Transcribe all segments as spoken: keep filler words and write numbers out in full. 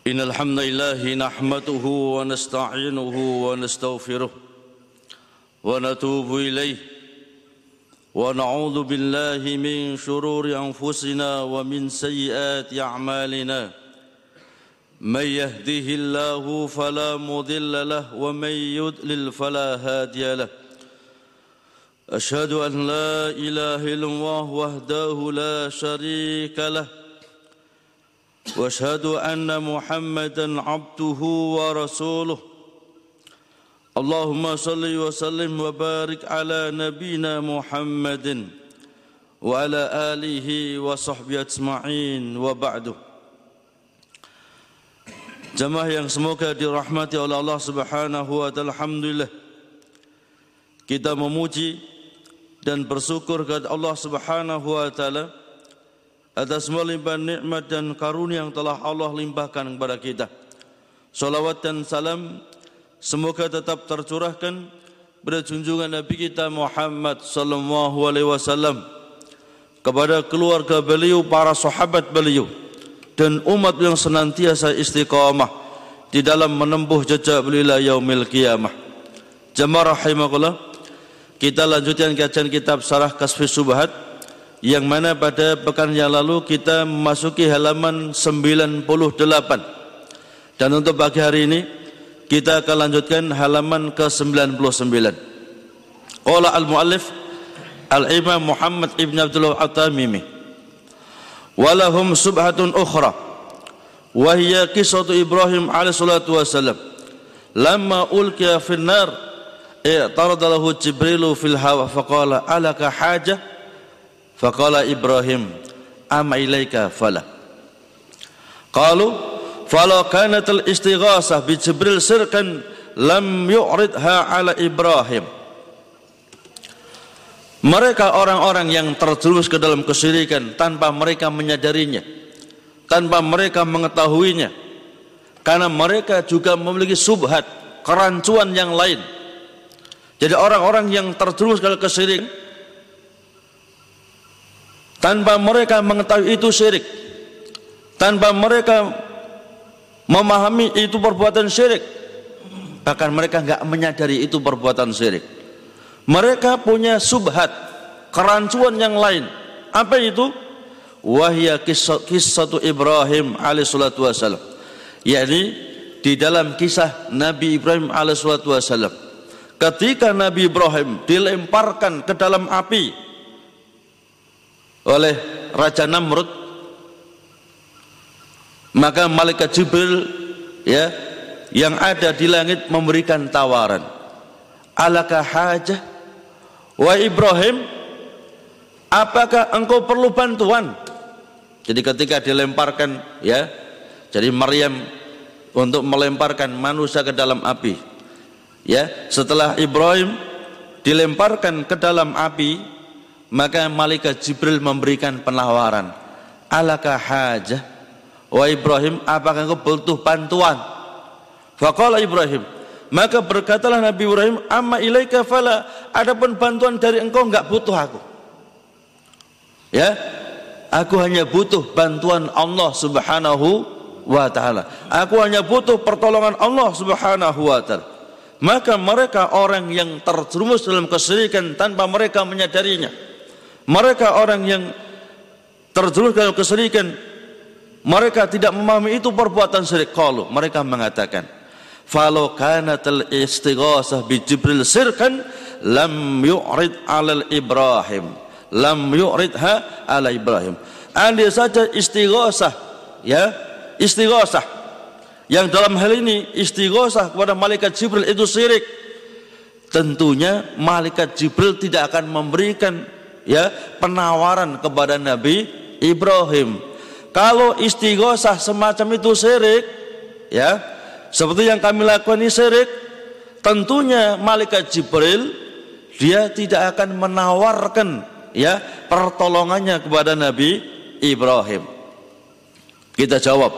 إن الحمد لله نحمده ونستعينه ونستغفره ونتوب إليه ونعوذ بالله من شرور أنفسنا ومن سيئات أعمالنا من يهده الله فلا مضل له ومن يضلل فلا هادي له أشهد أن لا إله إلا الله وحده لا شريك له وأشهد أن محمدا عبده ورسوله اللهم صل وسلم وبارك على نبينا محمد وعلى آله وصحبه أجمعين وبعد. Jamaah yang semoga dirahmati oleh Allah Subhanahu wa taala, alhamdulillah kita memuji dan bersyukur kepada Allah Subhanahu wa taala atas semua limpahan nikmat dan karunia yang telah Allah limpahkan kepada kita. Salawat dan salam semoga tetap tercurahkan pada junjungan Nabi kita Muhammad sallallahu alaihi wasallam, kepada keluarga beliau, para sahabat beliau, dan umat yang senantiasa istiqamah di dalam menempuh jejak beliau ila yaumil qiyamah. Jamaah rahimakumullah, kita lanjutkan kajian kitab Syarah Kashfus Syubhat, yang mana pada pekan yang lalu kita memasuki halaman sembilan puluh delapan, dan untuk pagi hari ini kita akan lanjutkan halaman ke sembilan puluh sembilan. Qala al-muallif al-imam Muhammad ibn Abdullah at-Tamimi, walahum subhatun ukhra wa hiya qissatu Ibrahim alaihi salatu wasallam lamma ulqiya fin nar i'tarada lahu Jibrilu fil hawa faqala alaka hajah faqala Ibrahim ama ilaika fala qalu fala kanat al istighasah bi Jibril sirkan lam yu'ridha ala Ibrahim. Mereka orang-orang yang terjerumus ke dalam kesyirikan tanpa mereka menyadarinya, tanpa mereka mengetahuinya, karena mereka juga memiliki subhat, kerancuan yang lain. Jadi orang-orang yang terjerumus ke dalam kesyirikan tanpa mereka mengetahui itu syirik, tanpa mereka memahami itu perbuatan syirik, bahkan mereka enggak menyadari itu perbuatan syirik. Mereka punya subhat, kerancuan yang lain. Apa itu? Wahya kisah Ibrahim alaihi salatu wasallam, yakni di dalam kisah Nabi Ibrahim alaihi salatu wasallam, ketika Nabi Ibrahim dilemparkan ke dalam api oleh Raja Namrud, maka malaikat Jibril ya yang ada di langit memberikan tawaran, alaka hajah wa Ibrahim, apakah engkau perlu bantuan? Jadi ketika dilemparkan ya, jadi Maryam untuk melemparkan manusia ke dalam api ya, setelah Ibrahim dilemparkan ke dalam api, maka malaikat Jibril memberikan penawaran, alaka hajah wa Ibrahim, apakah engkau butuh bantuan? Faqala Ibrahim, maka berkatalah Nabi Ibrahim, amma ilaika fala, adapun bantuan dari engkau enggak butuh aku. Ya, aku hanya butuh bantuan Allah Subhanahu wa taala. Aku hanya butuh pertolongan Allah Subhanahu wa taala. Maka mereka orang yang terjerumus dalam kesyirikan tanpa mereka menyadarinya, mereka orang yang terjerumus dalam kesyirikan, mereka tidak memahami itu perbuatan syirik. Qalu, mereka mengatakan, falau kanatal istighasah bi Jibril sirkan lam yu'rid 'ala Ibrahim, lam yu'ridha 'ala Ibrahim. Andai saja istighasah ya, istighasah yang dalam hal ini istighasah kepada malaikat Jibril itu syirik, tentunya malaikat Jibril tidak akan memberikan ya penawaran kepada Nabi Ibrahim. Kalau istighosah semacam itu syirik ya, seperti yang kami lakukan ini syirik, tentunya malaikat Jibril dia tidak akan menawarkan ya pertolongannya kepada Nabi Ibrahim. Kita jawab,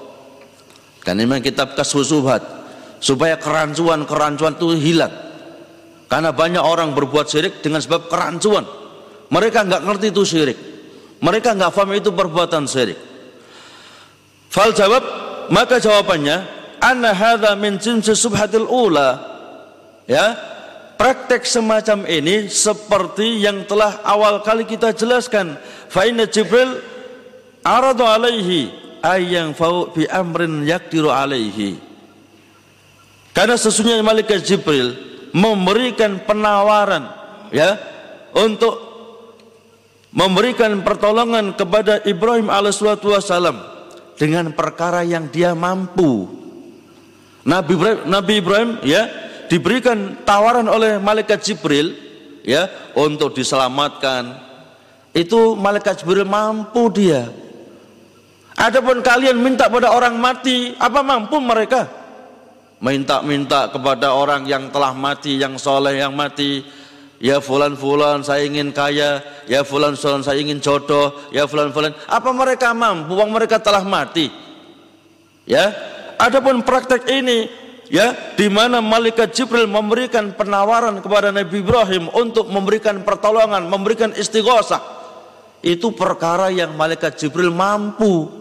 kan memang kitab Kashfus Syubhat, supaya kerancuan-kerancuan itu hilang, karena banyak orang berbuat syirik dengan sebab kerancuan. Mereka enggak ngerti itu syirik, mereka enggak paham itu perbuatan syirik. Fal jawab, maka jawabannya anna hadza min jinsi subhatil ula. Ya, praktek semacam ini seperti yang telah awal kali kita jelaskan. Fa inna Jibril aradu alaihi ayyang fau bi amrin yakdiru alaihi. Karena sesungguhnya malaikat Jibril memberikan penawaran, ya, untuk memberikan pertolongan kepada Ibrahim alaihissalam dengan perkara yang dia mampu. Nabi Ibrahim, Nabi Ibrahim ya diberikan tawaran oleh malaikat Jibril, ya, untuk diselamatkan. Itu malaikat Jibril mampu dia. Adapun kalian minta pada orang mati, apa mampu mereka? Minta-minta kepada orang yang telah mati, yang soleh yang mati. Ya fulan-fulan saya ingin kaya, ya fulan-fulan saya ingin jodoh, ya fulan-fulan. Apa mereka mampu? Uang mereka telah mati. Ya. Adapun praktek ini, ya, di mana malaikat Jibril memberikan penawaran kepada Nabi Ibrahim untuk memberikan pertolongan, memberikan istighosah, itu perkara yang malaikat Jibril mampu.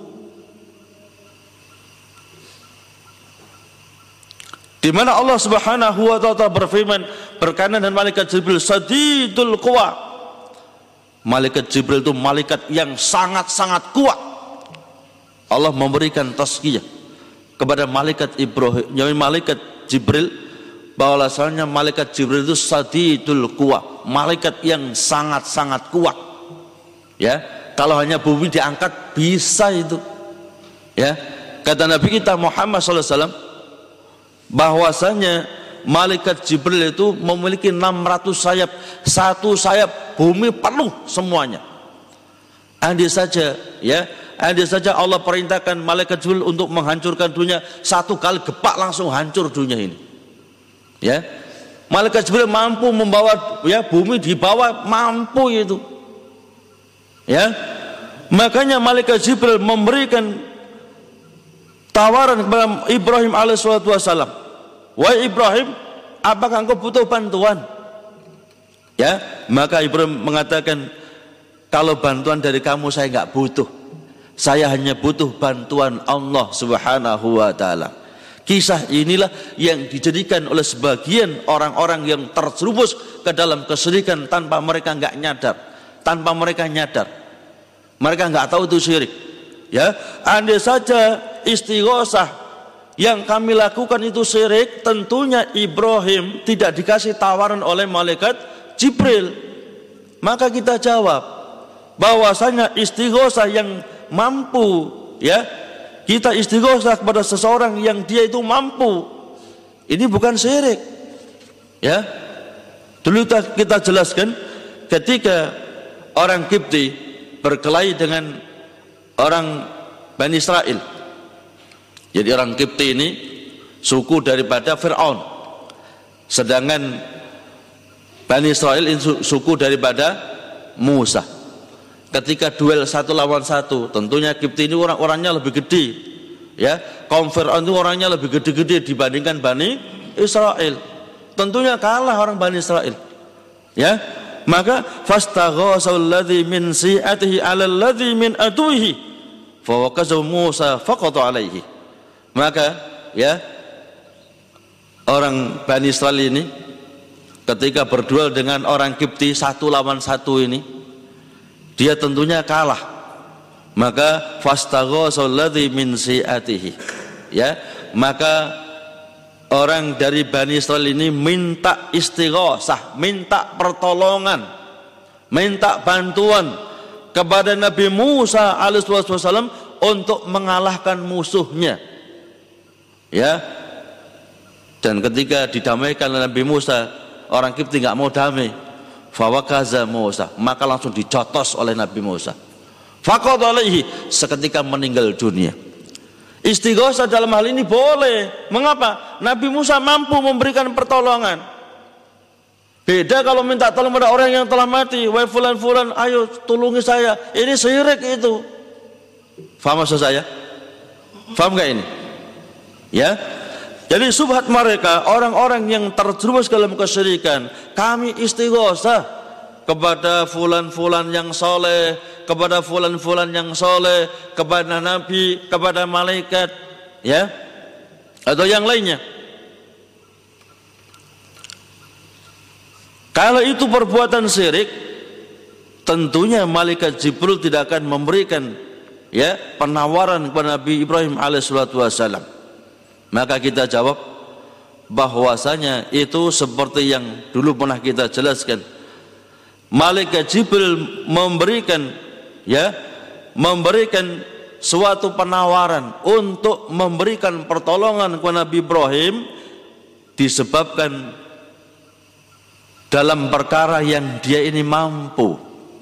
Di mana Allah Subhanahu wa taala berfirman berkaitan dengan malaikat Jibril, sadidul quwa. Malaikat Jibril itu malaikat yang sangat-sangat kuat. Allah memberikan tazkiyah kepada malaikat Ibrahim, yaitu malaikat Jibril, bahwasanya malaikat Jibril itu sadidul quwa, malaikat yang sangat-sangat kuat. Ya, kalau hanya bumi diangkat bisa itu. Ya, kata Nabi kita Muhammad sallallahu alaihi wasallam bahwasanya malaikat Jibril itu memiliki enam ratus sayap, satu sayap bumi penuh semuanya. Andai saja, ya, andai saja Allah perintahkan malaikat Jibril untuk menghancurkan dunia, satu kali gepak langsung hancur dunia ini. Ya, malaikat Jibril mampu membawa, ya, bumi di bawah, mampu itu. Ya, makanya malaikat Jibril memberikan tawaran kepada Ibrahim alaihissalam. Wahai Ibrahim, apakah engkau butuh bantuan? Ya, maka Ibrahim mengatakan, kalau bantuan dari kamu saya enggak butuh. Saya hanya butuh bantuan Allah Subhanahu wa taala. Kisah inilah yang dijadikan oleh sebagian orang-orang yang terjerumus ke dalam kesyirikan tanpa mereka enggak nyadar, tanpa mereka nyadar. Mereka enggak tahu itu syirik. Ya, andai saja istighosah yang kami lakukan itu syirik, tentunya Ibrahim tidak dikasih tawaran oleh malaikat Jibril. Maka kita jawab bahwasanya istighosah yang mampu, ya, kita istighosah kepada seseorang yang dia itu mampu, ini bukan syirik. Ya, dulu kita jelaskan ketika orang Kipti berkelahi dengan orang Bani Israel. Jadi orang Kipti ini suku daripada Fir'aun, sedangkan Bani Israel ini suku daripada Musa. Ketika duel satu lawan satu, tentunya Kipti ini orang-orangnya lebih gede, ya, kaum Fir'aun itu orangnya lebih gede-gede dibandingkan Bani Israel. Tentunya kalah orang Bani Israel. Ya, maka fastaghasal ladzi min si'atihi 'alal ladzi min aduhi fa waqaza Musa faqata 'alaihi. Maka, ya, orang Bani Israel ini ketika berduel dengan orang Kipti satu lawan satu ini, dia tentunya kalah. Maka fastaghasal ladzi min si'atihi, ya, maka orang dari Bani Israel ini minta istighosah, minta pertolongan, minta bantuan kepada Nabi Musa alaihissalam untuk mengalahkan musuhnya. Ya, dan ketika didamaikan oleh Nabi Musa, orang Kipti nggak mau damai. Fawakaza Musa, maka langsung dicotos oleh Nabi Musa. Faqata alaihi, seketika meninggal dunia. Istighosah dalam hal ini boleh. Mengapa? Nabi Musa mampu memberikan pertolongan. Beda kalau minta tolong pada orang yang telah mati. Wahai fulan-fulan, ayo tolongi saya. Ini syirik itu. Faham maksud saya? Faham nggak ini? Ya, jadi subhat mereka orang-orang yang terjerumus dalam kesyirikan, kami istighosah kepada fulan-fulan yang soleh, kepada fulan-fulan yang soleh, kepada Nabi, kepada malaikat. ya, atau yang lainnya. Kalau itu perbuatan syirik, tentunya malaikat Jibril tidak akan memberikan ya penawaran kepada Nabi Ibrahim alaihissalatu wassalam. Maka kita jawab bahwasanya itu seperti yang dulu pernah kita jelaskan. Malaikat Jibril memberikan ya memberikan suatu penawaran untuk memberikan pertolongan kepada Nabi Ibrahim disebabkan dalam perkara yang dia ini mampu.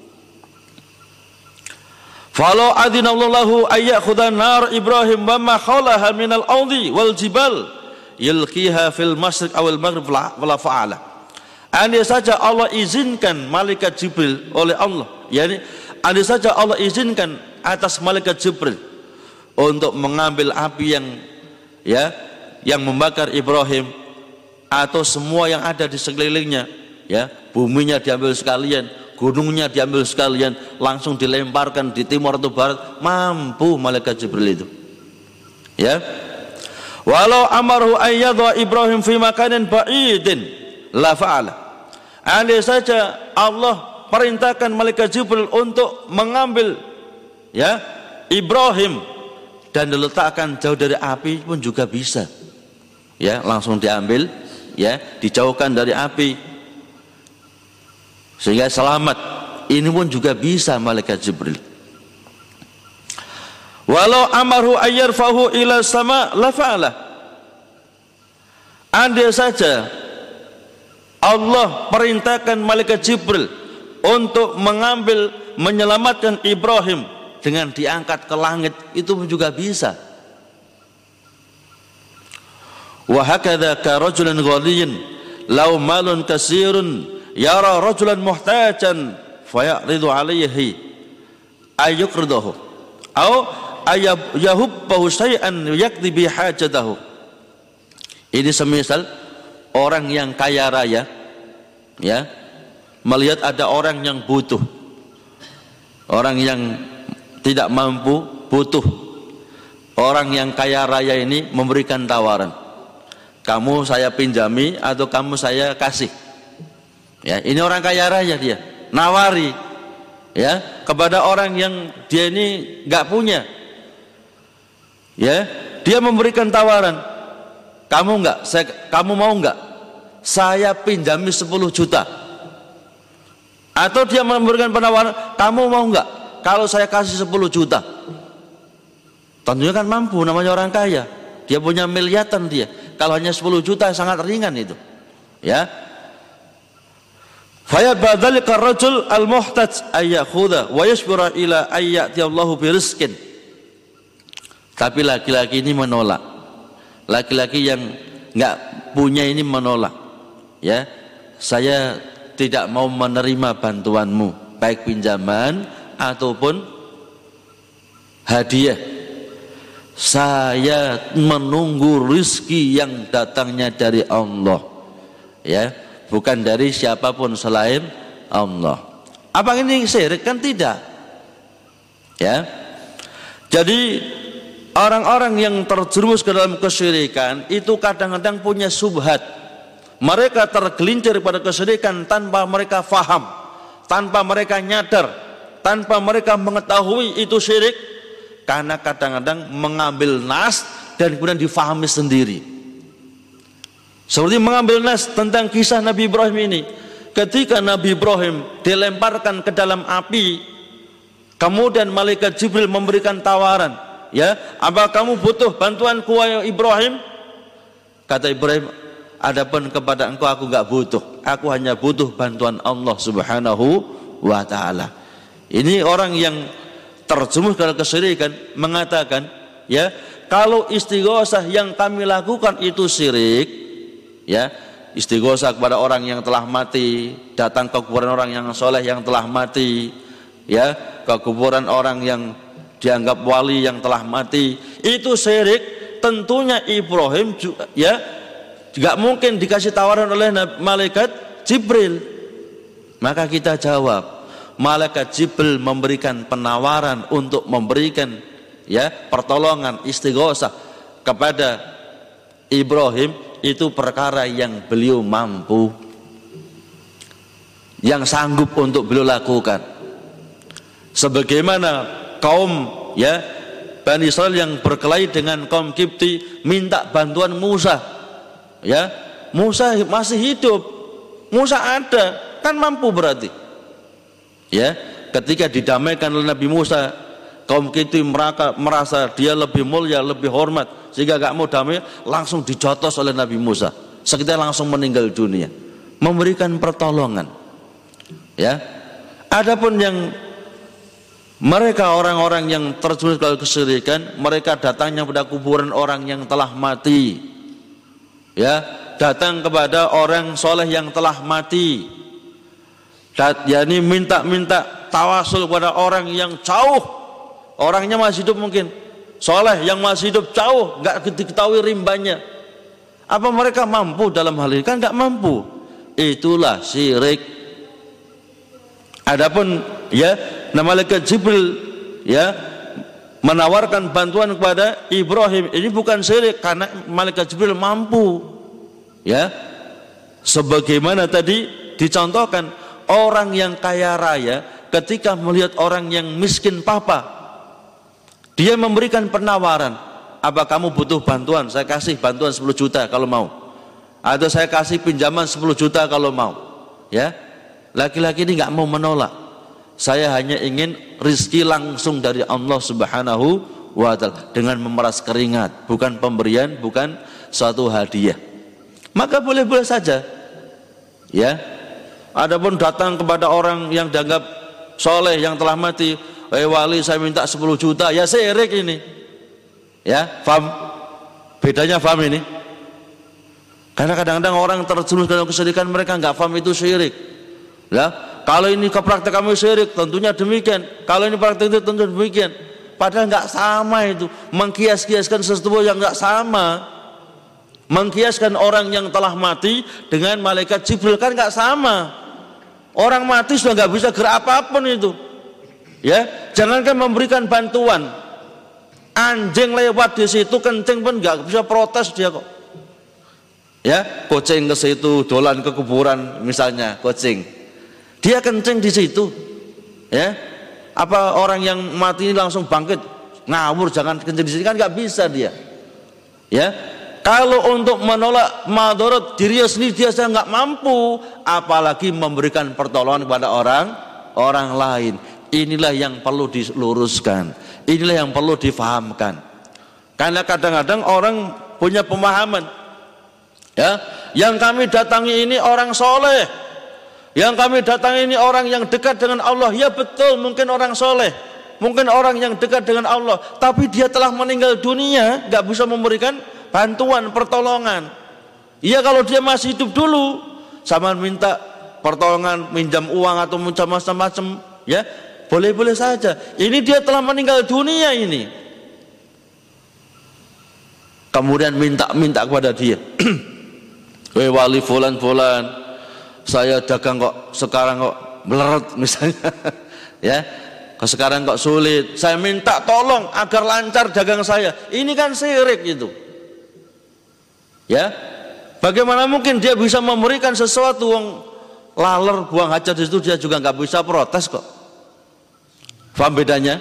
Falau adinallahu ayyakhudha nar Ibrahim wa ma khalaha minal ardi wal jibal yulqiha fil masyriq awal maghrib wala fa'ala. Andai saja Allah izinkan malaikat Jibril oleh Allah, yakni andai saja Allah izinkan atas malaikat Jibril untuk mengambil api yang ya yang membakar Ibrahim atau semua yang ada di sekelilingnya, ya, buminya diambil sekalian, gunungnya diambil sekalian, langsung dilemparkan di timur atau barat, mampu malaikat Jibril itu. Ya. Walau amaru ayyadha Ibrahim fi makanin ba'idin la fa'ala. Andai saja Allah perintahkan malaikat Jibril untuk mengambil ya Ibrahim dan diletakkan jauh dari api pun juga bisa. Ya, langsung diambil, ya, dijauhkan dari api sehingga selamat. Ini pun juga bisa malaikat Jibril. Walau amaru ayyarfahu ila sama la fa'ala. Andai saja Allah perintahkan malaikat Jibril untuk mengambil menyelamatkan Ibrahim dengan diangkat ke langit, itu pun juga bisa. Wa hakadha ka rajulin ghaliyin law malun katsirun yara rajulan muhtajan fayaridu alaihi ayyuqridahu aw ayyahubbahu syai'an yakdi bi hajatahu. Ini semisal orang yang kaya raya ya melihat ada orang yang butuh, orang yang tidak mampu butuh, orang yang kaya raya ini memberikan tawaran, kamu saya pinjami atau kamu saya kasih. Ya, ini orang kaya raya, dia nawari ya kepada orang yang dia ini nggak punya. Ya, dia memberikan tawaran, kamu nggak, saya, kamu mau nggak saya pinjami sepuluh juta. Atau dia memberikan penawaran, kamu mau nggak kalau saya kasih sepuluh juta. Tentunya kan mampu, namanya orang kaya, dia punya miliaran dia. Kalau hanya sepuluh juta sangat ringan itu. Ya. Fa yabadzalika ar-rajul al-muhtaj ayyakhudha wa yasbira ila ayyati Allahu bi rizqin. Tapi laki-laki ini menolak. Laki-laki yang enggak punya ini menolak. Ya. Saya tidak mau menerima bantuanmu, baik pinjaman ataupun hadiah. Saya menunggu rizki yang datangnya dari Allah, ya, bukan dari siapapun selain Allah. Apa ini syirik? Kan tidak. Ya. Jadi orang-orang yang terjerumus ke dalam kesyirikan itu kadang-kadang punya subhat. Mereka tergelincir pada kesyirikan tanpa mereka faham, tanpa mereka nyadar, tanpa mereka mengetahui itu syirik, karena kadang-kadang mengambil nas dan kemudian difahami sendiri. Seperti mengambil nas tentang kisah Nabi Ibrahim ini. Ketika Nabi Ibrahim dilemparkan ke dalam api, kemudian malaikat Jibril memberikan tawaran, ya, apa kamu butuh bantuanku wahai Ibrahim? Kata Ibrahim, adapun kepada engkau aku enggak butuh, aku hanya butuh bantuan Allah Subhanahu wa taala. Ini orang yang terjerumus dalam kesyirikan mengatakan, ya, kalau istighosah yang kami lakukan itu syirik, ya, istighosah kepada orang yang telah mati, datang ke kuburan orang yang soleh yang telah mati, ya, ke kuburan orang yang dianggap wali yang telah mati, itu syirik. Tentunya Ibrahim juga, ya, nggak mungkin dikasih tawaran oleh malaikat Jibril. Maka kita jawab, malaikat Jibril memberikan penawaran untuk memberikan, ya, pertolongan istighosah kepada Ibrahim itu perkara yang beliau mampu, yang sanggup untuk beliau lakukan. Sebagaimana kaum ya Bani Israil yang berkelahi dengan kaum Kipti minta bantuan Musa, ya Musa masih hidup, Musa ada, kan mampu berarti. Ya, ketika didamaikan oleh Nabi Musa, kaum Kipti merasa, merasa dia lebih mulia, lebih hormat, sehingga gak mau damai, langsung dijotos oleh Nabi Musa. Sekitar langsung meninggal dunia, memberikan pertolongan. Ya, adapun yang mereka orang-orang yang terjerumus ke kesyirikan, mereka datangnya pada kuburan orang yang telah mati, ya, datang kepada orang soleh yang telah mati, yakni minta-minta tawasul kepada orang yang jauh, orangnya masih hidup mungkin, soleh yang masih hidup jauh, nggak diketahui rimbanya. Apa mereka mampu dalam hal ini? Kan nggak mampu. Itulah syirik. Adapun ya, malaikat Jibril ya menawarkan bantuan kepada Ibrahim, ini bukan syirik karena malaikat Jibril mampu. Ya, sebagaimana tadi dicontohkan, orang yang kaya raya ketika melihat orang yang miskin papa, dia memberikan penawaran, apa kamu butuh bantuan? Saya kasih bantuan sepuluh juta kalau mau, atau saya kasih pinjaman sepuluh juta kalau mau. Ya, laki-laki ini nggak mau menolak. Saya hanya ingin rizki langsung dari Allah Subhanahu wa Ta'ala dengan memeras keringat, bukan pemberian, bukan suatu hadiah. Maka boleh-boleh saja. Ya. Adapun datang kepada orang yang dianggap soleh yang telah mati, eh wali saya minta sepuluh juta, ya syirik ini. Ya, paham? Bedanya paham ini? Karena kadang-kadang orang terjerumus dalam kesyirikan, mereka nggak paham itu syirik. Ya, kalau ini kepraktek kamu syirik, tentunya demikian. Kalau ini praktek itu tentu demikian. Padahal nggak sama itu. Mengkias-kiaskan sesuatu yang nggak sama. Mengkiaskan orang yang telah mati dengan malaikat Jibril kan nggak sama. Orang mati sudah nggak bisa gerak apapun itu. Ya, jangankan memberikan bantuan. Anjing lewat di situ kencing pun nggak bisa protes dia kok. Ya, kucing ke situ, dolan ke kuburan misalnya, kucing. Dia kencing di situ, ya. Apa orang yang mati ini langsung bangkit ngawur jangan kencing di sini, kan nggak bisa dia. Ya, kalau untuk menolak madarat dirinya sendiri dia sudah nggak mampu, apalagi memberikan pertolongan kepada orang orang lain. Inilah yang perlu diluruskan, inilah yang perlu difahamkan. Karena kadang-kadang orang punya pemahaman, ya, yang kami datangi ini orang soleh. Yang kami datangi ini orang yang dekat dengan Allah. Ya betul, mungkin orang soleh, mungkin orang yang dekat dengan Allah, tapi dia telah meninggal dunia, gak bisa memberikan bantuan, pertolongan. Iya, kalau dia masih hidup dulu, sama minta pertolongan, minjam uang atau minjam macam-macam, ya boleh-boleh saja. Ini dia telah meninggal dunia ini, kemudian minta-minta kepada dia, weh wali fulan-fulan, saya dagang kok sekarang kok meleret misalnya, ya, kok sekarang kok sulit, saya minta tolong agar lancar dagang saya. Ini kan syirik itu. Ya, bagaimana mungkin dia bisa memberikan sesuatu yang laler buang hajat di situ, dia juga nggak bisa protes kok. Paham bedanya?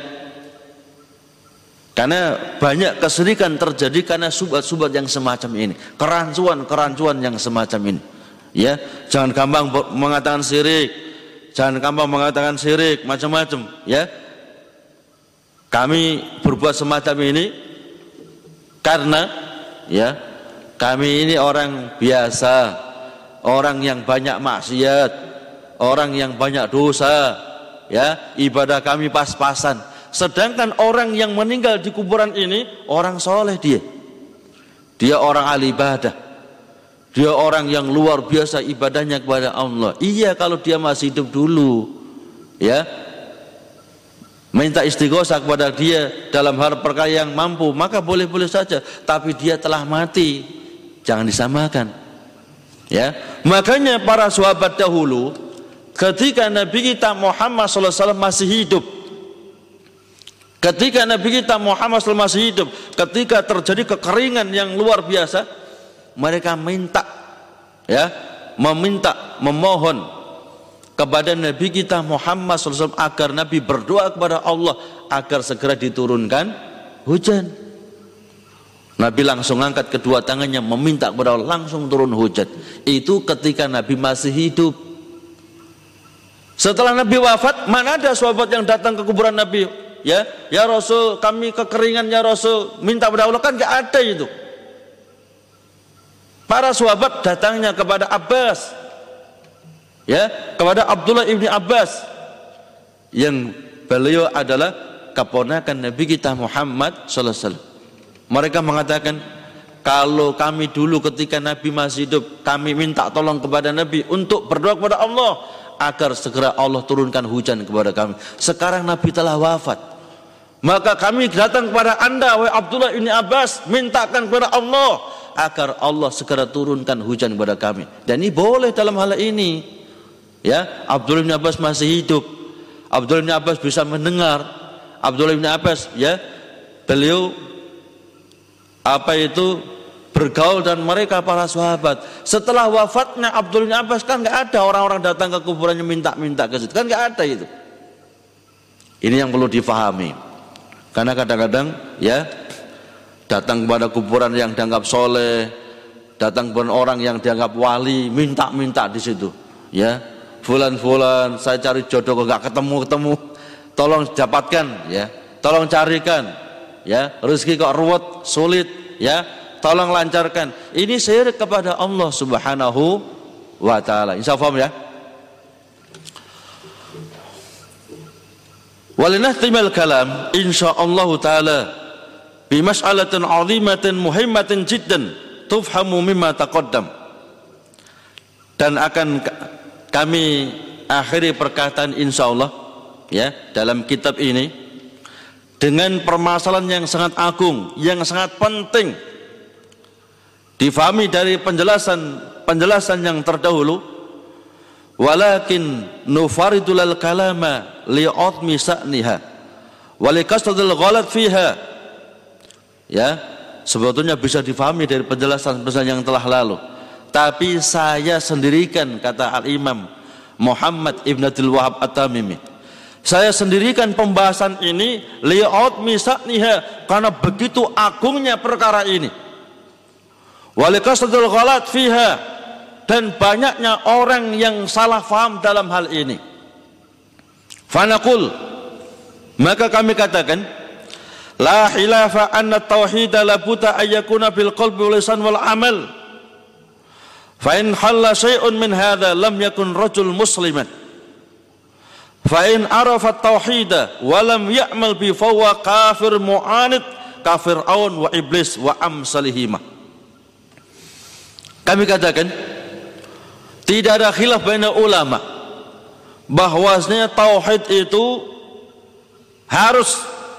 Karena banyak kesyirikan terjadi karena subhat-subhat yang semacam ini, kerancuan-kerancuan yang semacam ini. Ya, jangan gampang mengatakan syirik, jangan gampang mengatakan syirik macam-macam. Ya, kami berbuat semacam ini karena ya kami ini orang biasa, orang yang banyak maksiat, orang yang banyak dosa. Ya, ibadah kami pas-pasan. Sedangkan orang yang meninggal di kuburan ini orang soleh, dia, dia orang ahli ibadah. Dia orang yang luar biasa ibadahnya kepada Allah. Iya, kalau dia masih hidup dulu, ya, minta istighosah kepada dia dalam hal perkara yang mampu, maka boleh-boleh saja. Tapi dia telah mati, jangan disamakan. Ya, makanya para sahabat dahulu, ketika Nabi kita Muhammad shallallahu alaihi wasallam masih hidup, Ketika Nabi kita Muhammad shallallahu alaihi wasallam masih hidup, ketika terjadi kekeringan yang luar biasa, mereka minta, ya, meminta, memohon kepada Nabi kita Muhammad shallallahu alaihi wasallam agar Nabi berdoa kepada Allah agar segera diturunkan hujan. Nabi langsung angkat kedua tangannya meminta kepada Allah, langsung turun hujan. Itu ketika Nabi masih hidup. Setelah Nabi wafat, mana ada sahabat yang datang ke kuburan Nabi, ya, ya Rasul, kami kekeringan ya Rasul, minta kepada Allah, kan gak ada itu. Para sahabat datangnya kepada Abbas, ya, kepada Abdullah ibni Abbas, yang beliau adalah keponakan Nabi kita Muhammad sallallahu alaihi wasallam. Mereka mengatakan, kalau kami dulu ketika Nabi masih hidup, kami minta tolong kepada Nabi untuk berdoa kepada Allah agar segera Allah turunkan hujan kepada kami. Sekarang Nabi telah wafat, maka kami datang kepada anda, wahai Abdullah ibni Abbas, mintakan kepada Allah agar Allah segera turunkan hujan kepada kami. Dan ini boleh dalam hal ini, ya. Abdullah ibni Abbas masih hidup, Abdullah ibni Abbas bisa mendengar. Abdullah ibni Abbas, ya, beliau apa itu bergaul dan mereka para sahabat. Setelah wafatnya Abdullah bin Abbas, kan nggak ada orang-orang datang ke kuburannya minta-minta ke situ, kan nggak ada itu. Ini yang perlu difahami, karena kadang-kadang, ya, datang kepada kuburan yang dianggap soleh, datang kepada orang yang dianggap wali, minta-minta di situ, ya, fulan-fulan saya cari jodoh kok nggak ketemu-ketemu, tolong dapatkan, ya, tolong carikan, ya, rezeki kok ruwet, sulit, ya, tolong lancarkan. Ini syirik kepada Allah Subhanahu wa taala. Insya Allah, ya. Walinahtimal kalam insyaallah taala bi mas'alatin 'azimatin muhimmatin jiddan tufhamu mimma taqaddam. Dan akan kami akhiri perkataan insyaallah, ya, dalam kitab ini dengan permasalahan yang sangat agung, yang sangat penting difahami dari penjelasan penjelasan yang terdahulu. Walakin nufaridul kalama li'atmi sa'niha wa likasratil ghalat fiha, ya, sebetulnya bisa difahami dari penjelasan-penjelasan yang telah lalu, tapi saya sendirikan, kata Al-Imam Muhammad ibn Abdul Wahab At-Tamimi, saya sendirikan pembahasan ini li'at misakniha, karena begitu agungnya perkara ini, walikasratul ghalat fiha, dan banyaknya orang yang salah faham dalam hal ini. Fanaqul, maka kami katakan, la khilafa anna tauhid la buta ayyakuna bil qalbi wal lisan wal amal, fa in halla syai'un min hadha lam yakun rajul musliman, fa in arafa tauhida wa lam ya'mal bi fawa kafir mu'anid kafir aun wa iblis wa amsalihima. Kami katakan tidak ada khilaf baina ulama bahwasanya tauhid itu harus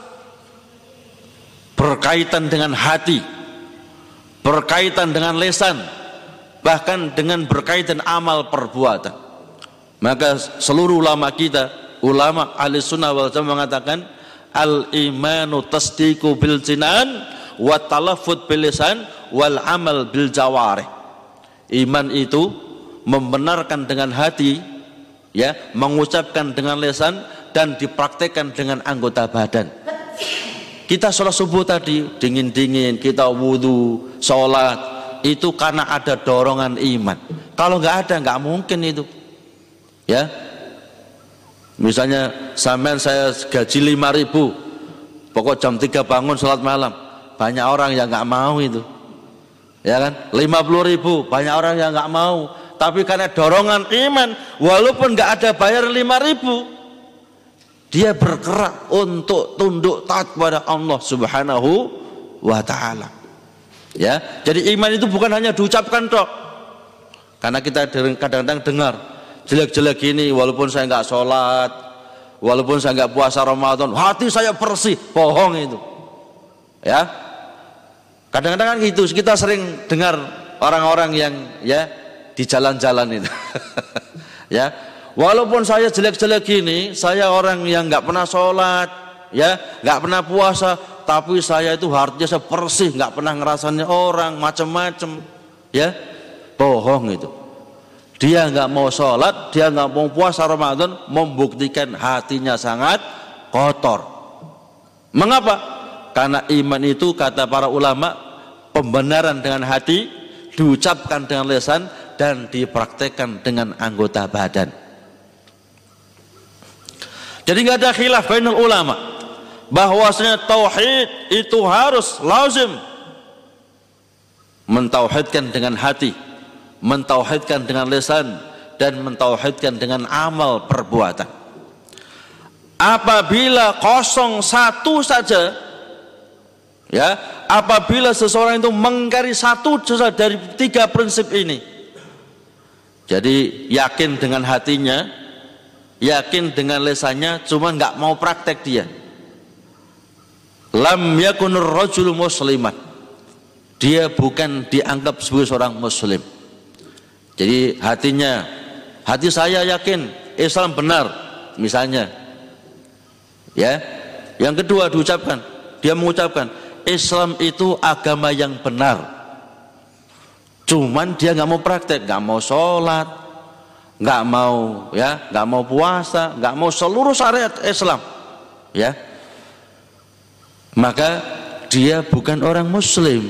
berkaitan dengan hati, berkaitan dengan lisan, bahkan dengan berkaitan amal perbuatan. Maka seluruh ulama kita, ulama ahli sunnah wal jamaah mengatakan al-imanu tasdiqu bil jinan wa talaffuz bil lisan wal amal bil jawarih. Iman itu membenarkan dengan hati, ya, mengucapkan dengan lisan, dan dipraktekkan dengan anggota badan. Kita sholat subuh tadi dingin-dingin, kita wudhu, sholat, itu karena ada dorongan iman. Kalau nggak ada, nggak mungkin itu. Ya, misalnya sampean saya gaji lima ribu, pokok jam tiga bangun sholat malam, banyak orang yang nggak mau itu, ya kan? lima puluh ribu, banyak orang yang nggak mau, tapi karena dorongan iman, walaupun nggak ada bayar lima ribu, dia bergerak untuk tunduk taat kepada Allah Subhanahu wa taala. Ya, jadi iman itu bukan hanya diucapkan dok, karena kita kadang-kadang dengar jelek-jelek ini, walaupun saya nggak sholat, walaupun saya nggak puasa Ramadan, hati saya bersih. Bohong itu, ya. Kadang-kadang kan gitu, kita sering dengar orang-orang yang, ya, di jalan-jalan itu ya, walaupun saya jelek-jelek ini, saya orang yang nggak pernah sholat, ya, nggak pernah puasa, tapi saya itu hatinya saya bersih, nggak pernah ngerasanya orang macam-macam, ya, bohong itu. Dia nggak mau sholat, dia nggak mau puasa Ramadan, membuktikan hatinya sangat kotor. Mengapa? Karena iman itu kata para ulama, pembenaran dengan hati, diucapkan dengan lisan, dan dipraktekkan dengan anggota badan. Jadi nggak ada khilaf bainal ulama bahwasanya tauhid itu harus lazim mentauhidkan dengan hati, mentauhidkan dengan lisan, dan mentauhidkan dengan amal perbuatan. Apabila kosong satu saja, ya, apabila seseorang itu mengingkari satu saja dari tiga prinsip ini, jadi yakin dengan hatinya, yakin dengan lisannya, cuma nggak mau praktek dia, lam yakunur rajulu musliman, dia bukan dianggap sebagai seorang muslim. Jadi hatinya, hati saya yakin Islam benar misalnya, ya. Yang kedua diucapkan, dia mengucapkan Islam itu agama yang benar, cuman dia nggak mau praktek, nggak mau sholat, nggak mau, ya, nggak mau puasa, nggak mau seluruh syariat Islam, ya, maka dia bukan orang muslim.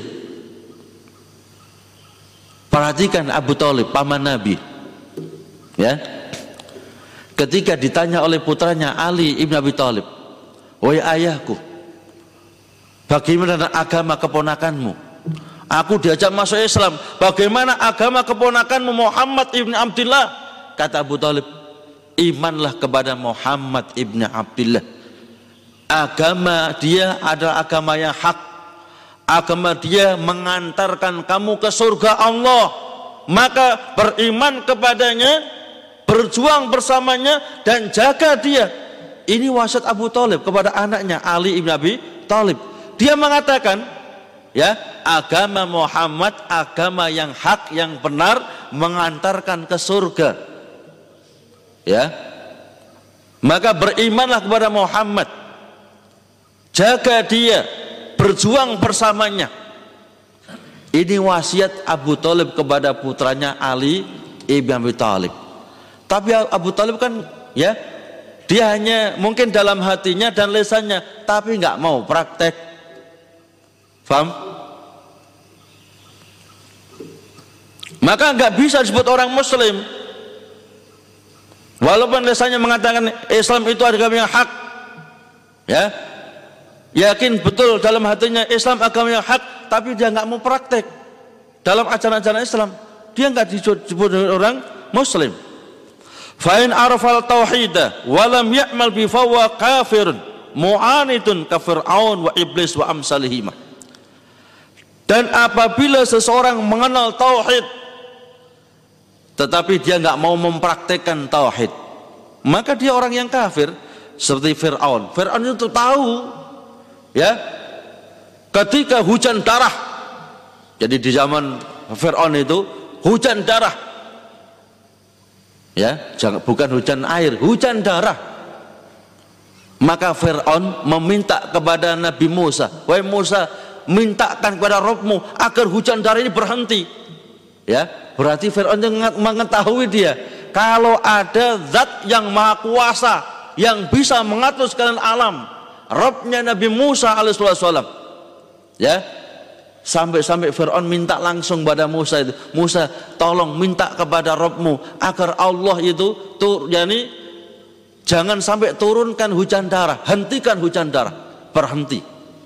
Perhatikan Abu Thalib, paman Nabi, ya, ketika ditanya oleh putranya Ali ibn Abi Thalib, wahai ayahku, bagaimana agama keponakanmu? Aku diajak masuk Islam, bagaimana agama keponakanmu Muhammad ibn Abdullah? Kata Abu Thalib, imanlah kepada Muhammad ibn Abdullah. Agama dia adalah agama yang hak, agama dia mengantarkan kamu ke surga Allah, maka beriman kepadanya, berjuang bersamanya, dan jaga dia. Ini wasiat Abu Thalib kepada anaknya Ali ibn Abi Thalib. Dia mengatakan, ya, agama Muhammad agama yang hak, yang benar, mengantarkan ke surga, ya, maka berimanlah kepada Muhammad, jaga dia, berjuang bersamanya. Ini wasiat Abu Thalib kepada putranya Ali ibn Abi Thalib. Tapi Abu Thalib kan, ya, dia hanya mungkin dalam hatinya dan lisannya, tapi nggak mau praktek. Faham? Maka nggak bisa disebut orang muslim walaupun lisannya mengatakan Islam itu agama yang hak, ya, yakin betul dalam hatinya Islam agama yang hak, tapi dia nggak mau praktek dalam ajaran-ajaran Islam, dia nggak disebut orang muslim. Fa'in arafal tauhidah walam ya'mal bi fawa kafirun mu'anitun ka Fir'aun wa iblis wa amsalihima. Dan apabila seseorang mengenal tauhid tetapi dia nggak mau mempraktekkan tauhid, maka dia orang yang kafir, seperti Fir'aun. Fir'aun itu tahu, ya, ketika hujan darah, jadi di zaman Fir'aun itu hujan darah, ya, bukan hujan air, hujan darah. Maka Fir'aun meminta kepada Nabi Musa, wahai Musa, mintakan kepada Rabbmu agar hujan darah ini berhenti, ya. Berarti Fir'aun mengetahui dia kalau ada zat yang maha kuasa yang bisa mengatur sekalian alam, Rabbnya Nabi Musa alaihissalam, ya. Sampai-sampai Fir'aun minta langsung pada Musa itu, Musa tolong minta kepada Rabbmu agar Allah itu tur, yani jangan sampai turunkan hujan darah, hentikan hujan darah, berhenti.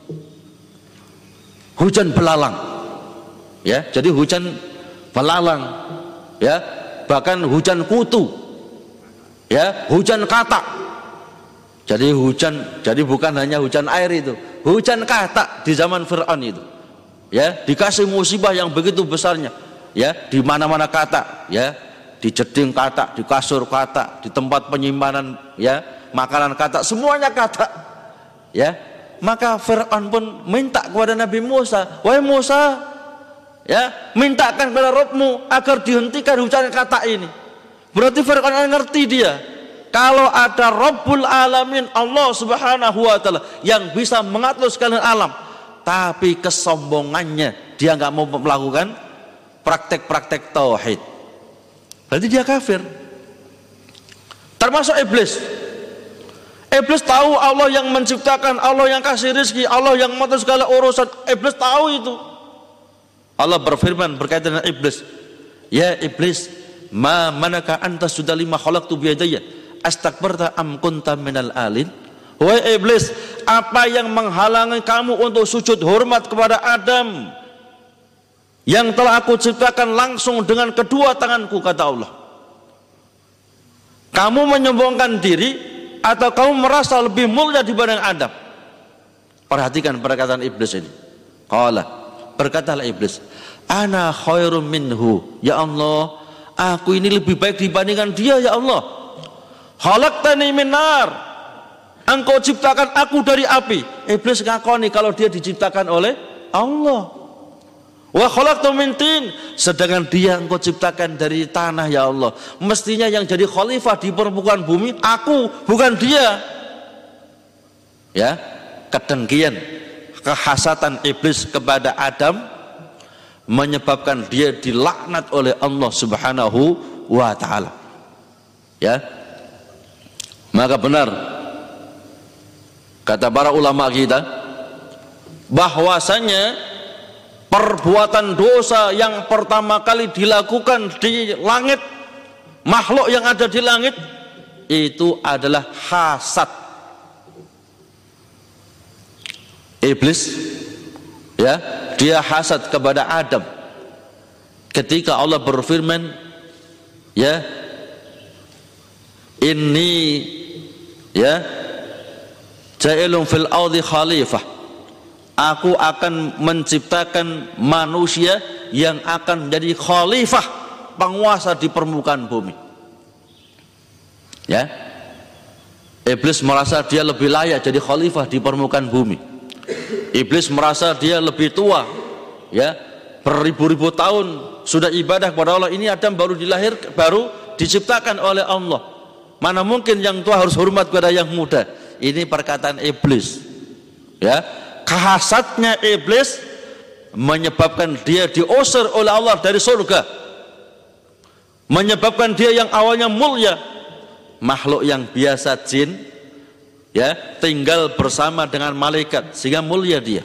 Hujan belalang, ya, jadi hujan belalang, ya, bahkan hujan kutu, ya, hujan katak. Jadi hujan, jadi bukan hanya hujan air itu, hujan katak di zaman Fir'aun itu, ya, dikasih musibah yang begitu besarnya, ya, di mana-mana katak, ya, di jeding katak, di kasur katak, di tempat penyimpanan, ya, makanan katak, semuanya katak, ya. Maka Fir'aun pun minta kepada Nabi Musa, wahai Musa, ya, mintakan kepada Rabbmu agar dihentikan hujan katak ini. Berarti Fir'aun ngerti dia kalau ada Rabbul Alamin, Allah Subhanahu wa Ta'ala yang bisa mengatur sekalian alam, tapi kesombongannya dia nggak mau melakukan praktek-praktek tauhid, berarti dia kafir. Termasuk iblis. Iblis tahu Allah yang menciptakan, Allah yang kasih rezeki, Allah yang mengatur segala urusan. Iblis tahu itu. Allah berfirman berkaitan dengan iblis, ya iblis, ma manaka anta sudah lima khalaqtu biyadaya astakbarta am kunta minal alin. Wahai iblis, apa yang menghalangi kamu untuk sujud hormat kepada Adam yang telah aku ciptakan langsung dengan kedua tanganku, kata Allah. Kamu menyombongkan diri atau kamu merasa lebih mulia dibanding Adam? Perhatikan perkataan iblis ini. Qala, berkatalah iblis, ana khairum minhu, ya Allah, aku ini lebih baik dibandingkan dia, ya Allah. Khalaqtani min nar, engkau ciptakan aku dari api. Iblis ngakoni kalau dia diciptakan oleh Allah. Wa khalaqtu min tin, sedangkan dia engkau ciptakan dari tanah, ya Allah. Mestinya yang jadi khalifah di permukaan bumi aku, bukan dia. Ya, kedengkian, kehasatan iblis kepada Adam menyebabkan dia dilaknat oleh Allah Subhanahu wa Ta'ala. Ya, maka benar kata para ulama kita bahwasanya perbuatan dosa yang pertama kali dilakukan di langit, makhluk yang ada di langit, itu adalah hasad. Iblis, ya, dia hasad kepada Adam ketika Allah berfirman, ya, inni, ya, ja'ilun fil ardi khalifah, aku akan menciptakan manusia yang akan menjadi khalifah, penguasa di permukaan bumi. Ya, iblis merasa dia lebih layak jadi khalifah di permukaan bumi. Iblis merasa dia lebih tua, ya, beribu-ribu tahun sudah ibadah kepada Allah. Ini Adam baru dilahir, baru diciptakan oleh Allah. Mana mungkin yang tua harus hormat kepada yang muda? Ini perkataan iblis. Ya, kehasadnya iblis menyebabkan dia diusir oleh Allah dari surga, menyebabkan dia yang awalnya mulia, makhluk yang biasa jin, ya, tinggal bersama dengan malaikat sehingga mulia dia.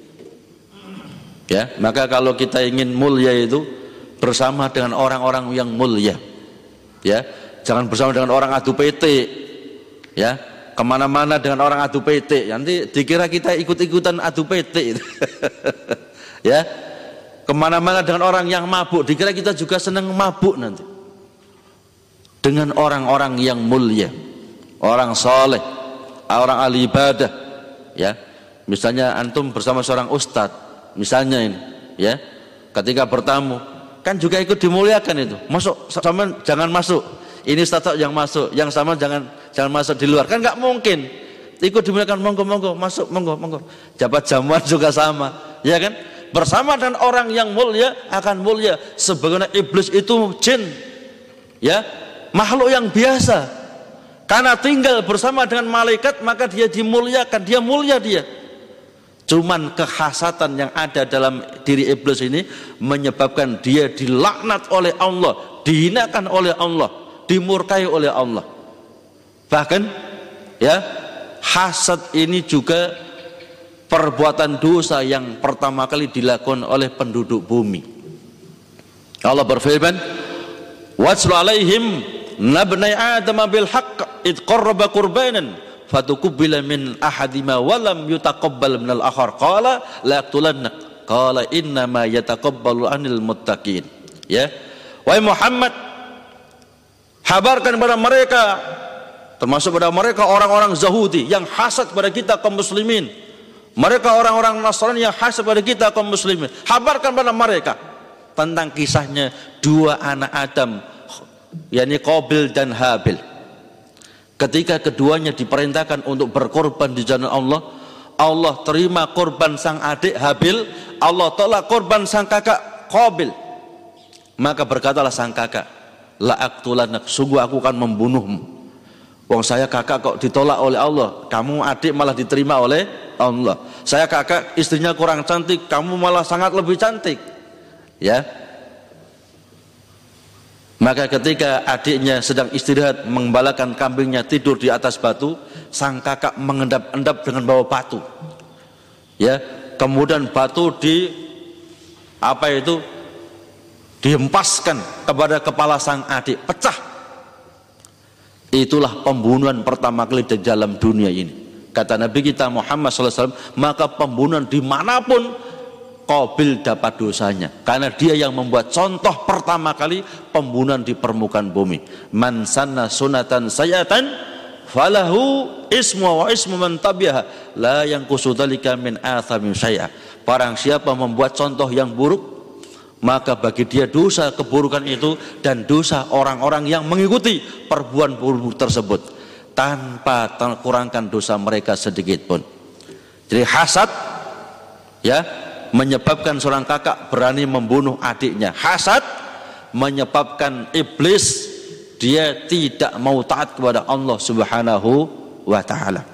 Ya, maka kalau kita ingin mulia itu bersama dengan orang-orang yang mulia, ya, jangan bersama dengan orang adu P T, ya, kemana-mana dengan orang adu P T, nanti dikira kita ikut-ikutan adu P T. Ya, kemana-mana dengan orang yang mabuk, dikira kita juga senang mabuk nanti. Dengan orang-orang yang mulia, orang soleh, orang ahli ibadah, ya, misalnya antum bersama seorang ustadz, misalnya ini, ya, ketika bertamu, kan juga ikut dimuliakan itu. Masuk, sama jangan masuk. Ini ustadz yang masuk, yang sama jangan jangan masuk di luar. Kan nggak mungkin. Ikut dimuliakan, monggo monggo, masuk monggo monggo. Jabat jamuan juga sama, ya kan? Bersama dengan orang yang mulia akan mulia. Sebagaimana iblis itu jin, ya, makhluk yang biasa. Karena tinggal bersama dengan malaikat maka dia dimuliakan, dia mulia dia. Cuman kehasatan yang ada dalam diri iblis ini menyebabkan dia dilaknat oleh Allah, dihinakan oleh Allah, dimurkai oleh Allah. Bahkan, ya, hasad ini juga perbuatan dosa yang pertama kali dilakukan oleh penduduk bumi. Allah berfirman, "Watslu alaihim nabnai Adam bil haqq id qarraba qurbanan fatukubbila min ahadima wa lam yutaqabbal minal akhar qala la yaqtulannak qala inna ma yataqabbalu anil muttaqin." Ya, wahai Muhammad, kabarkan kepada mereka, termasuk pada mereka orang-orang Yahudi yang hasad pada kita kaum muslimin, mereka orang-orang Nasrani yang hasad pada kita kaum muslimin, kabarkan pada mereka tentang kisahnya dua anak Adam, yakni Qabil dan Habil. Ketika keduanya diperintahkan untuk berkorban di jalan Allah, Allah terima korban sang adik Habil, Allah tolak korban sang kakak Qabil. Maka berkatalah sang kakak, la aqtulanak, sungguh aku akan membunuhmu. Wong saya kakak kok ditolak oleh Allah, kamu adik malah diterima oleh Allah. Saya kakak istrinya kurang cantik, kamu malah sangat lebih cantik. Ya. Maka ketika adiknya sedang istirahat mengembalakan kambingnya tidur di atas batu, sang kakak mengendap-endap dengan bawa batu. Ya, kemudian batu di apa itu dihempaskan kepada kepala sang adik, pecah. Itulah pembunuhan pertama kali di dalam dunia ini. Kata Nabi kita Muhammad shallallahu alaihi wasallam, maka pembunuhan dimanapun Qabil dapat dosanya, karena dia yang membuat contoh pertama kali pembunuhan di permukaan bumi. Man sanna sunatan sayatan falahu ismu wa ismu man tabi'aha la yanqusu dzalika min athami syai'a. Barang siapa membuat contoh yang buruk, maka bagi dia dosa keburukan itu dan dosa orang-orang yang mengikuti perbuatan buruk tersebut, tanpa kurangkan dosa mereka sedikit pun. Jadi hasad, ya, menyebabkan seorang kakak berani membunuh adiknya. Hasad menyebabkan iblis dia tidak mau taat kepada Allah Subhanahu wa taala.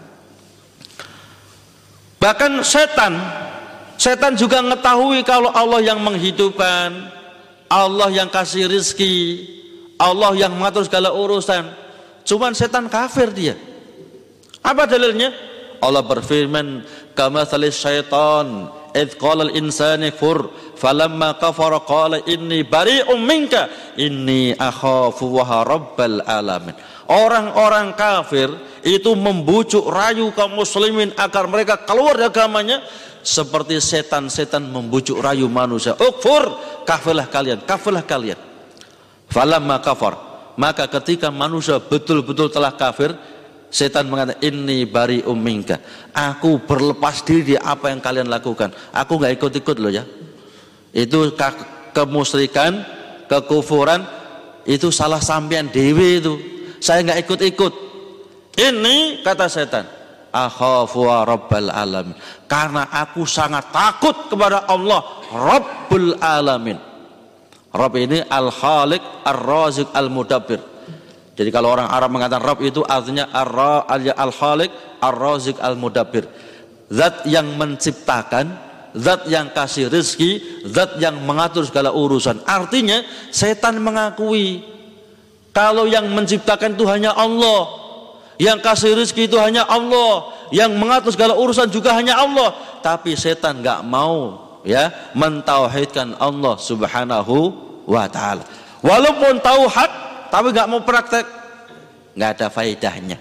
Bahkan setan setan juga mengetahui kalau Allah yang menghidupkan, Allah yang kasih rizki, Allah yang mengatur segala urusan. Cuman setan kafir dia. Apa dalilnya? Allah berfirman, kamathalis syaitan idh qala al-insani kfur falamma kafara qala inni bari'um minka inni akhafu wa rabbal alamin. Orang-orang kafir itu membujuk rayu kaum muslimin agar mereka keluar dari agamanya, seperti setan-setan membujuk rayu manusia. Ukfur, kafirlah kalian, kafirlah kalian. Falamma kafar, maka ketika manusia betul-betul telah kafir, setan mengatakan inni bari'um minka, aku berlepas diri di apa yang kalian lakukan, aku nggak ikut-ikut loh ya. Itu ke kemusyrikan, kekufuran, itu salah sampean dewi itu, saya nggak ikut-ikut. Ini kata setan, akhafu wa rabbal alamin, karena aku sangat takut kepada Allah Rabbul alamin. Rabb ini al-Khaliq, ar-Raziq, al-Mudabbir. Jadi kalau orang Arab mengatakan Rabb itu artinya al-Khaliq, ar-Raziq, al-Mudabbir. Zat yang menciptakan, zat yang kasih rezeki, zat yang mengatur segala urusan. Artinya setan mengakui kalau yang menciptakan itu hanya Allah, yang kasih rezeki itu hanya Allah, yang mengatur segala urusan juga hanya Allah. Tapi setan nggak mau, ya, mentauhidkan Allah Subhanahu wa taala. Walaupun tahu hak tapi nggak mau praktek, nggak ada faedahnya.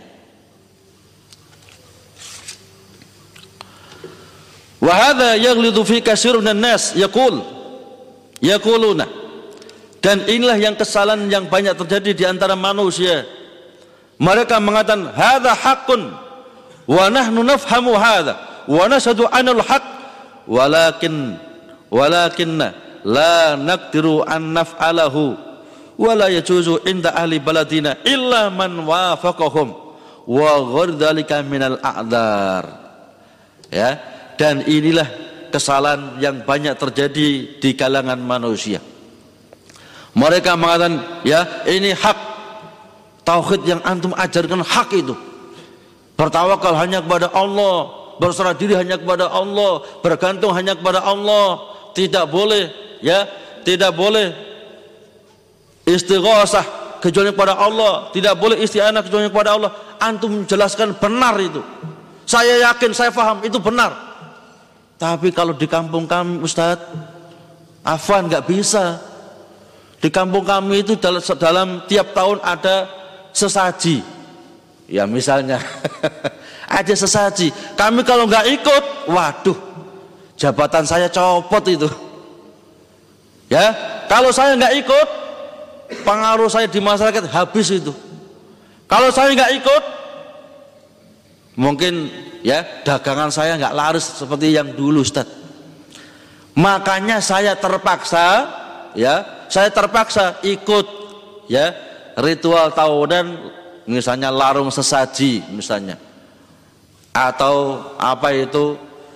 Wa hadza yaghlidu fi katsirun nas yaqul yaquluna, dan inilah yang kesalahan yang banyak terjadi di antara manusia. Mereka mengatakan hadza haqqun wa nahnu nafhamu hadza wa nashhadu anal haqq walakin walakinna la naqdiru an naf'alahu wala yajuzu inda ahli baladina illa man wafaqahum wa ghairdalika minal a'dzar. Ya, dan inilah kesalahan yang banyak terjadi di kalangan manusia. Mereka mengatakan, ya, ini hak, tauhid yang antum ajarkan hak itu, bertawakal hanya kepada Allah, berserah diri hanya kepada Allah, bergantung hanya kepada Allah, tidak boleh, ya, tidak boleh istighosah kecuali kepada Allah, tidak boleh isti'anah kecuali kepada Allah. Antum jelaskan benar itu, saya yakin, saya paham itu benar. Tapi kalau di kampung kami Ustadz, afwan nggak bisa. Di kampung kami itu dalam, dalam tiap tahun ada sesaji, ya misalnya ada sesaji, kami kalau nggak ikut, waduh, jabatan saya copot itu. Ya, kalau saya nggak ikut, pengaruh saya di masyarakat habis itu. Kalau saya nggak ikut, mungkin, ya, dagangan saya nggak laris seperti yang dulu, Ustaz. Makanya saya terpaksa, ya, saya terpaksa ikut, ya, ritual tahunan, misalnya larung sesaji misalnya, atau apa itu,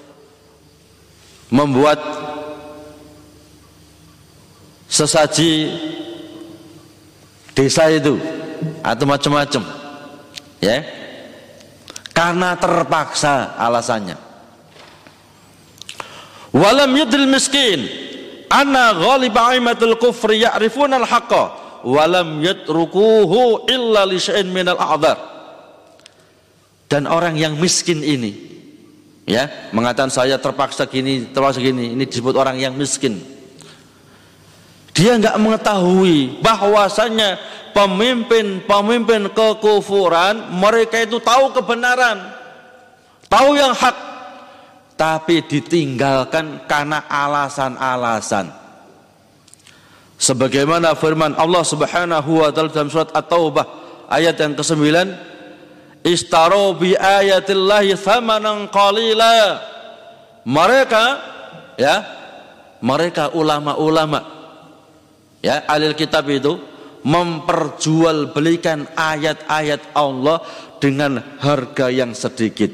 membuat sesaji desa itu, atau macam-macam. Ya. Karena terpaksa alasannya. Walam yudil miskin anna ghaliba aimatul kufri ya'rifuna al-haqqa walam yatrukuhu illa li syai'in minal a'dzar. Dan orang yang miskin ini, ya, mengatakan saya terpaksa gini, terpaksa gini, ini disebut orang yang miskin. Dia nggak mengetahui bahwasanya pemimpin-pemimpin kekufuran mereka itu tahu kebenaran, tahu yang hak, tapi ditinggalkan karena alasan-alasan. Sebagaimana firman Allah Subhanahu wa taala dalam surat At-Taubah ayat yang kesembilan, istaru bi ayatillahi thamanan qalila. Mereka, ya, mereka ulama-ulama, ya, ahli kitab itu memperjualbelikan ayat-ayat Allah dengan harga yang sedikit.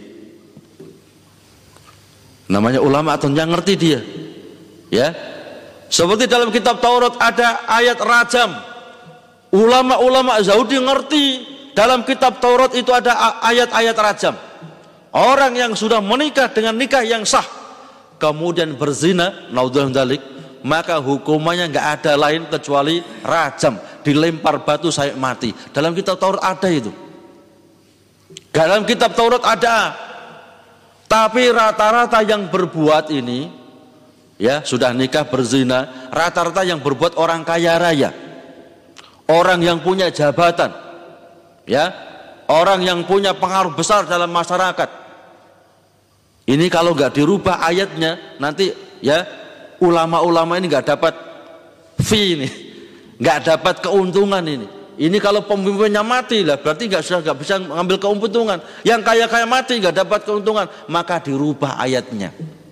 Namanya ulama atau yang ngerti dia, ya. Seperti dalam kitab Taurat ada ayat rajam. Ulama-ulama Yahudi ngerti dalam kitab Taurat itu ada ayat-ayat rajam. Orang yang sudah menikah dengan nikah yang sah kemudian berzina, naudzubillah dzalik, maka hukumannya nggak ada lain kecuali rajam, dilempar batu sampai mati. Dalam kitab Taurat ada itu. Dalam kitab Taurat ada. Tapi rata-rata yang berbuat ini, ya, sudah nikah berzina, rata-rata yang berbuat orang kaya raya, orang yang punya jabatan, ya, orang yang punya pengaruh besar dalam masyarakat. Ini kalau nggak dirubah ayatnya, nanti, ya, ulama-ulama ini nggak dapat fee ini, nggak dapat keuntungan ini. Ini kalau pemimpinnya mati lah, berarti nggak sudah nggak bisa mengambil keuntungan. Yang kaya-kaya mati nggak dapat keuntungan, maka dirubah ayatnya.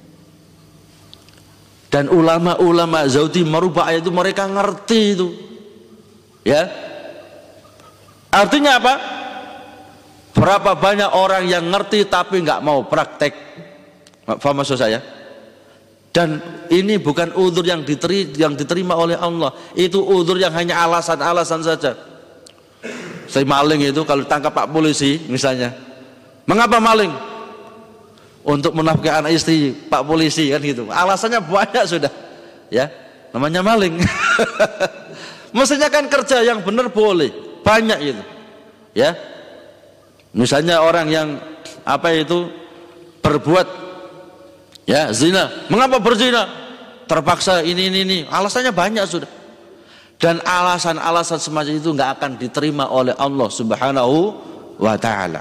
Dan ulama-ulama Yahudi merubah ayat itu, mereka ngerti itu, ya. Artinya apa? Berapa banyak orang yang ngerti tapi nggak mau praktek, paham maksud saya? Dan ini bukan udzur yang diterima, yang diterima oleh Allah. Itu udzur yang hanya alasan-alasan saja. Saya maling itu kalau ditangkap Pak Polisi misalnya, mengapa maling? Untuk menafkahi anak istri Pak Polisi, kan gitu. Alasannya banyak sudah, ya, namanya maling. Mestinya kan kerja yang benar boleh, banyak itu, ya. Misalnya orang yang apa itu berbuat, ya, zina, mengapa berzina? Terpaksa ini ini ini, alasannya banyak sudah. Dan alasan-alasan semacam itu nggak akan diterima oleh Allah Subhanahu wa taala.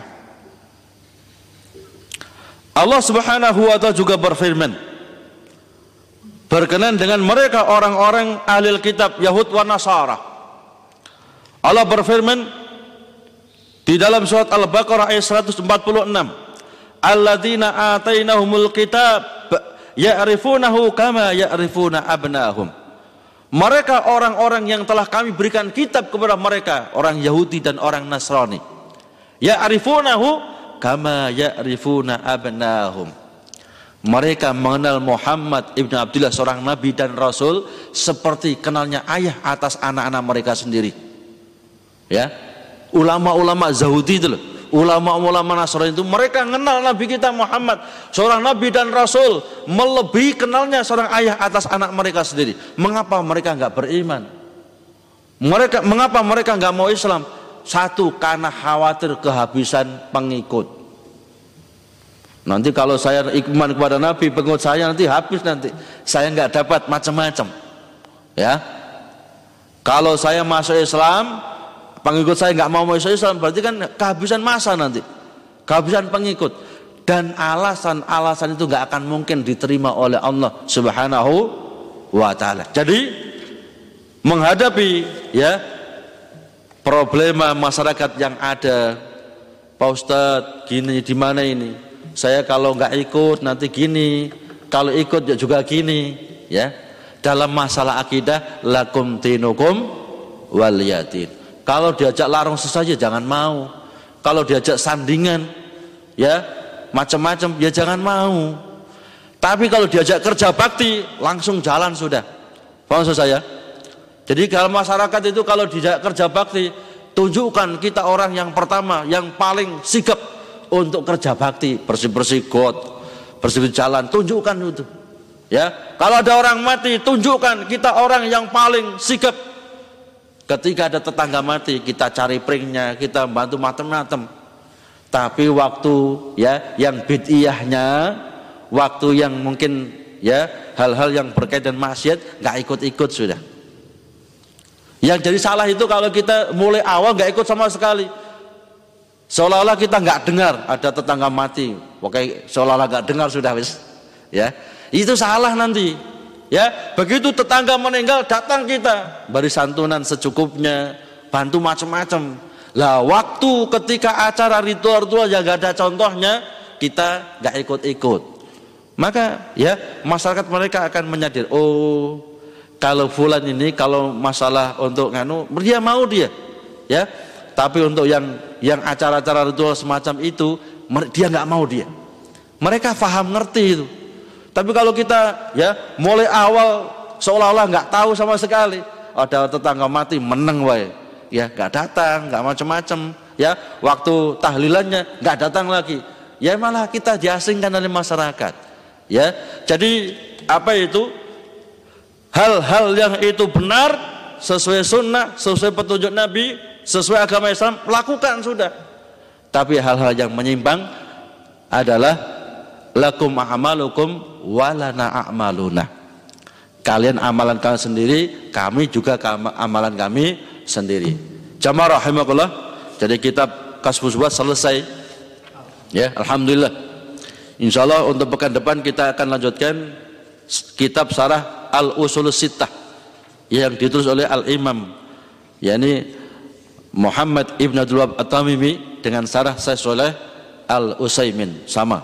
Allah Subhanahu wa taala juga berfirman berkenan dengan mereka orang-orang ahli kitab Yahud wa Nasara. Allah berfirman di dalam surat Al-Baqarah ayat seratus empat puluh enam, alladzina atainahumul kitab ya'rifunahu kama ya'rifuna abnahum. Mereka orang-orang yang telah kami berikan kitab kepada mereka, orang Yahudi dan orang Nasrani. Ya'rifunahu kama ya'rifuna abnahum. Mereka mengenal Muhammad ibnu Abdullah seorang nabi dan rasul seperti kenalnya ayah atas anak-anak mereka sendiri. Ya, ulama-ulama Yahudi itu loh, ulama-ulama Nasrani itu mereka mengenal Nabi kita Muhammad seorang nabi dan rasul melebihi kenalnya seorang ayah atas anak mereka sendiri. Mengapa mereka nggak beriman? Mereka mengapa mereka nggak mau Islam? Satu, karena khawatir kehabisan pengikut. Nanti kalau saya iman kepada Nabi, pengikut saya nanti habis, nanti saya nggak dapat macam-macam, ya. Kalau saya masuk Islam, pengikut saya nggak mau masuk Islam, berarti kan kehabisan masa nanti, kehabisan pengikut. Dan alasan-alasan itu nggak akan mungkin diterima oleh Allah Subhanahu wa taala. Jadi menghadapi, ya, problema masyarakat yang ada, Pak Ustadz gini, di mana ini? Saya kalau nggak ikut nanti gini, kalau ikut ya juga gini, ya. Dalam masalah akidah, lakum dinukum waliyatin. Kalau diajak larung sesaja jangan mau. Kalau diajak sandingan, ya, macam-macam, ya jangan mau. Tapi kalau diajak kerja bakti langsung jalan sudah. Paham maksud saya? Jadi kalau masyarakat itu kalau diajak kerja bakti, tunjukkan kita orang yang pertama, yang paling sigap untuk kerja bakti, bersih-bersih got, bersih jalan, tunjukkan itu. Ya, kalau ada orang mati, tunjukkan kita orang yang paling sigap. Ketika ada tetangga mati, kita cari pringnya, kita bantu macam-macam. Tapi waktu ya yang bid'iyahnya, waktu yang mungkin ya hal-hal yang berkaitan maksiat, nggak ikut-ikut sudah. Yang jadi salah itu kalau kita mulai awal nggak ikut sama sekali, seolah-olah kita nggak dengar ada tetangga mati, oke, seolah-olah nggak dengar sudah wis, ya itu salah nanti, ya begitu tetangga meninggal datang kita beri santunan secukupnya, bantu macam-macam. Lah waktu ketika acara ritual-ritual yang nggak ada contohnya, kita nggak ikut-ikut, maka ya masyarakat mereka akan menyadari, oh kalau fulan ini kalau masalah untuk nganu dia mau dia, ya. Tapi untuk yang yang acara-acara ritual semacam itu dia nggak mau dia. Mereka paham ngerti itu. Tapi kalau kita ya mulai awal seolah-olah nggak tahu sama sekali, ada tetangga mati meneng wae, ya nggak datang, nggak macam-macam, ya waktu tahlilannya nggak datang lagi, ya malah kita diasingkan oleh masyarakat, ya. Jadi apa itu? Hal-hal yang itu benar, sesuai sunnah, sesuai petunjuk Nabi, sesuai agama Islam, lakukan sudah. Tapi hal-hal yang menyimpang adalah lakum a'malukum walana a'maluna. Kalian amalan kalian sendiri, kami juga amalan kami sendiri. Jamaah rahimakumullah. Jadi kitab Kasfus Syubhat selesai. Ya, alhamdulillah. Insyaallah untuk pekan depan kita akan lanjutkan kitab Syarah Al-Usulus Sittah yang ditulis oleh Al-Imam yakni Muhammad Ibn Abdul Wahab At-Tamimi dengan syarah Syekh Shalih Al-Utsaimin sama.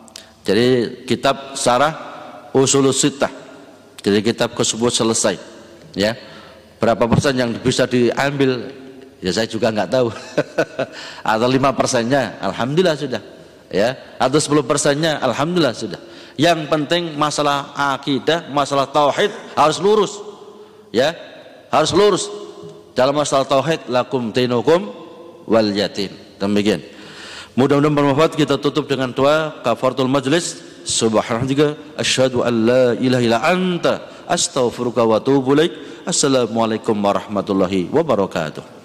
Jadi kitab Syarah Usulus Sittah. Jadi kitab tersebut selesai. Ya. Berapa persen yang bisa diambil ya saya juga nggak tahu. Atau lima persennya alhamdulillah sudah. Ya, atau sepuluh persennya alhamdulillah sudah. Yang penting masalah akidah, masalah tauhid harus lurus, ya harus lurus. Dalam masalah tauhid lakum dinukum wal yatim. Demikian. Mudah-mudahan bermanfaat. Kita tutup dengan doa kafaratul majlis. Subhanaka asyhadu an la ilaha illa anta astaghfiruka wa atubu ilaik. Assalamualaikum warahmatullahi wabarakatuh.